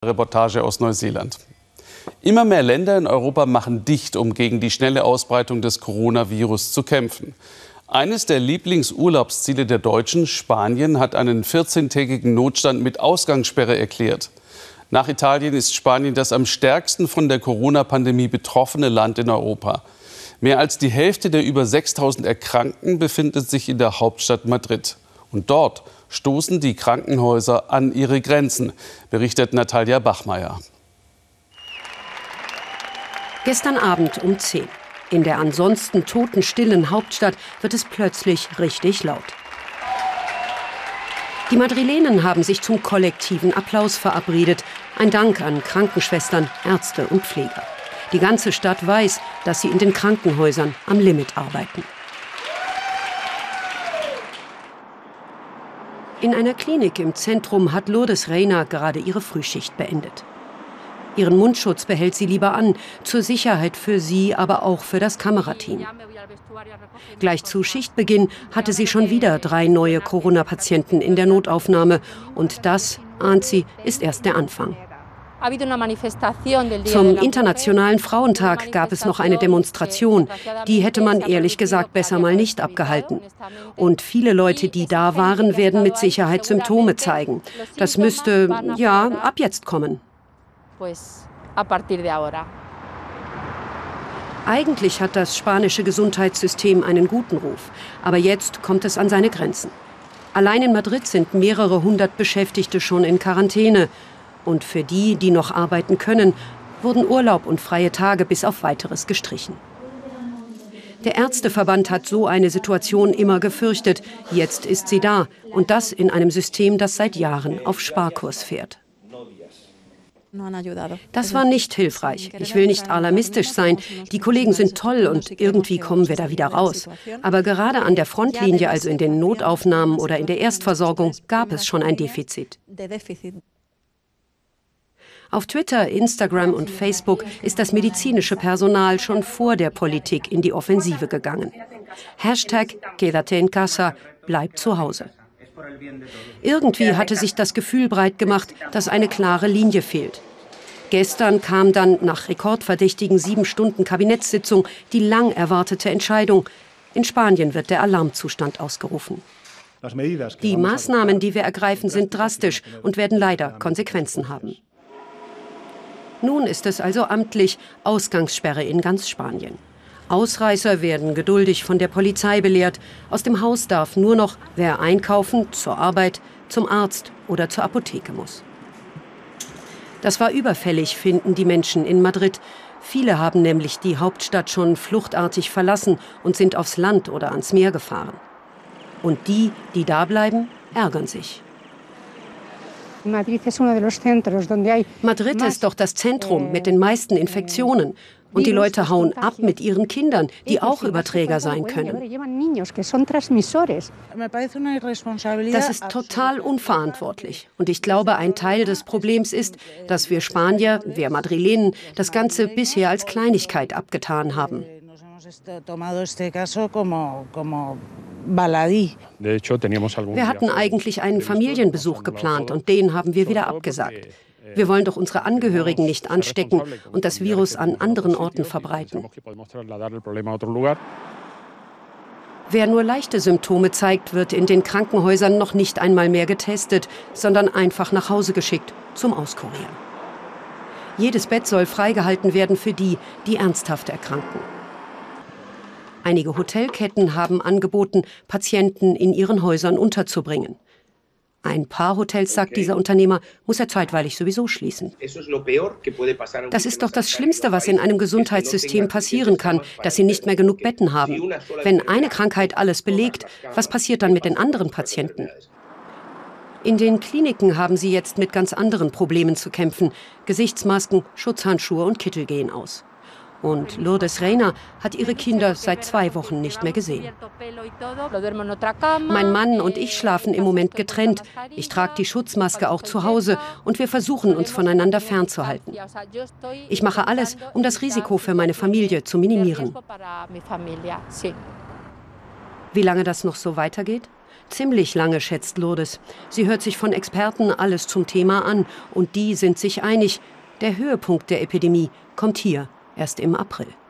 Reportage aus Neuseeland. Immer mehr Länder in Europa machen dicht, um gegen die schnelle Ausbreitung des Coronavirus zu kämpfen. Eines der Lieblingsurlaubsziele der Deutschen, Spanien, hat einen 14-tägigen Notstand mit Ausgangssperre erklärt. Nach Italien ist Spanien das am stärksten von der Corona-Pandemie betroffene Land in Europa. Mehr als die Hälfte der über 6.000 Erkrankten befindet sich in der Hauptstadt Madrid. Und dort stoßen die Krankenhäuser an ihre Grenzen, berichtet Natalia Bachmeier. Gestern Abend um 10. In der ansonsten totenstillen Hauptstadt wird es plötzlich richtig laut. Die Madrilenen haben sich zum kollektiven Applaus verabredet. Ein Dank an Krankenschwestern, Ärzte und Pfleger. Die ganze Stadt weiß, dass sie in den Krankenhäusern am Limit arbeiten. In einer Klinik im Zentrum hat Lourdes Reina gerade ihre Frühschicht beendet. Ihren Mundschutz behält sie lieber an, zur Sicherheit für sie, aber auch für das Kamerateam. Gleich zu Schichtbeginn hatte sie schon wieder 3 neue Corona-Patienten in der Notaufnahme. Und das, ahnt sie, ist erst der Anfang. Zum Internationalen Frauentag gab es noch eine Demonstration. Die hätte man ehrlich gesagt besser mal nicht abgehalten. Und viele Leute, die da waren, werden mit Sicherheit Symptome zeigen. Das müsste, ja, ab jetzt kommen. Eigentlich hat das spanische Gesundheitssystem einen guten Ruf. Aber jetzt kommt es an seine Grenzen. Allein in Madrid sind mehrere hundert Beschäftigte schon in Quarantäne. Und für die, die noch arbeiten können, wurden Urlaub und freie Tage bis auf Weiteres gestrichen. Der Ärzteverband hat so eine Situation immer gefürchtet. Jetzt ist sie da. Und das in einem System, das seit Jahren auf Sparkurs fährt. Das war nicht hilfreich. Ich will nicht alarmistisch sein. Die Kollegen sind toll und irgendwie kommen wir da wieder raus. Aber gerade an der Frontlinie, also in den Notaufnahmen oder in der Erstversorgung, gab es schon ein Defizit. Auf Twitter, Instagram und Facebook ist das medizinische Personal schon vor der Politik in die Offensive gegangen. Hashtag Quédate en casa, bleib zu Hause. Irgendwie hatte sich das Gefühl breit gemacht, dass eine klare Linie fehlt. Gestern kam dann nach rekordverdächtigen 7 Stunden Kabinettssitzung die lang erwartete Entscheidung. In Spanien wird der Alarmzustand ausgerufen. Die Maßnahmen, die wir ergreifen, sind drastisch und werden leider Konsequenzen haben. Nun ist es also amtlich Ausgangssperre in ganz Spanien. Ausreißer werden geduldig von der Polizei belehrt. Aus dem Haus darf nur noch, wer einkaufen, zur Arbeit, zum Arzt oder zur Apotheke muss. Das war überfällig, finden die Menschen in Madrid. Viele haben nämlich die Hauptstadt schon fluchtartig verlassen und sind aufs Land oder ans Meer gefahren. Und die, die da bleiben, ärgern sich. Madrid ist doch das Zentrum mit den meisten Infektionen. Und die Leute hauen ab mit ihren Kindern, die auch Überträger sein können. Das ist total unverantwortlich. Und ich glaube, ein Teil des Problems ist, dass wir Spanier, wir Madrilenen, das Ganze bisher als Kleinigkeit abgetan haben. Wir hatten eigentlich einen Familienbesuch geplant und den haben wir wieder abgesagt. Wir wollen doch unsere Angehörigen nicht anstecken und das Virus an anderen Orten verbreiten. Wer nur leichte Symptome zeigt, wird in den Krankenhäusern noch nicht einmal mehr getestet, sondern einfach nach Hause geschickt zum Auskurieren. Jedes Bett soll freigehalten werden für die, die ernsthaft erkranken. Einige Hotelketten haben angeboten, Patienten in ihren Häusern unterzubringen. Ein paar Hotels, sagt dieser Unternehmer, muss er zeitweilig sowieso schließen. Das ist doch das Schlimmste, was in einem Gesundheitssystem passieren kann, dass sie nicht mehr genug Betten haben. Wenn eine Krankheit alles belegt, was passiert dann mit den anderen Patienten? In den Kliniken haben sie jetzt mit ganz anderen Problemen zu kämpfen. Gesichtsmasken, Schutzhandschuhe und Kittel gehen aus. Und Lourdes Reina hat ihre Kinder seit 2 Wochen nicht mehr gesehen. Mein Mann und ich schlafen im Moment getrennt. Ich trage die Schutzmaske auch zu Hause und wir versuchen, uns voneinander fernzuhalten. Ich mache alles, um das Risiko für meine Familie zu minimieren. Wie lange das noch so weitergeht? Ziemlich lange, schätzt Lourdes. Sie hört sich von Experten alles zum Thema an. Und die sind sich einig, der Höhepunkt der Epidemie kommt hier erst im April.